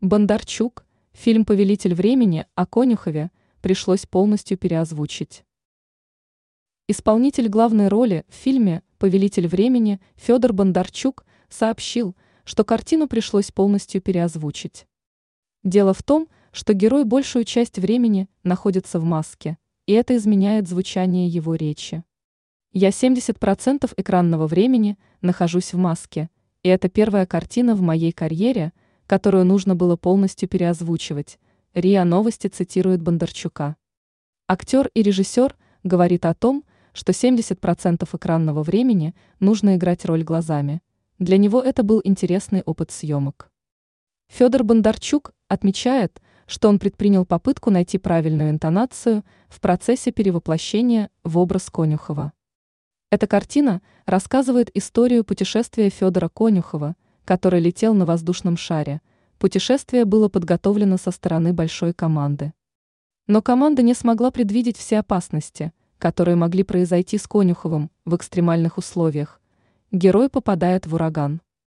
Бондарчук, фильм «Повелитель времени» о Конюхове пришлось полностью переозвучить. Исполнитель главной роли в фильме «Повелитель времени» Федор Бондарчук сообщил, что картину пришлось полностью переозвучить. Дело в том, что герой большую часть времени находится в маске, и это изменяет звучание его речи. «Я 70% экранного времени нахожусь в маске, и это первая картина в моей карьере, которую нужно было полностью переозвучивать», РИА Новости цитирует Бондарчука. Актер и режиссер говорит о том, что 70% экранного времени нужно играть роль глазами. Для него это был интересный опыт съемок. Федор Бондарчук отмечает, что он предпринял попытку найти правильную интонацию в процессе перевоплощения в образ Конюхова. Эта картина рассказывает историю путешествия Федора Конюхова, который летел на воздушном шаре. Путешествие было подготовлено со стороны большой команды. Но команда не смогла предвидеть все опасности, которые могли произойти с Конюховым в экстремальных условиях. Герой попадает в ураган.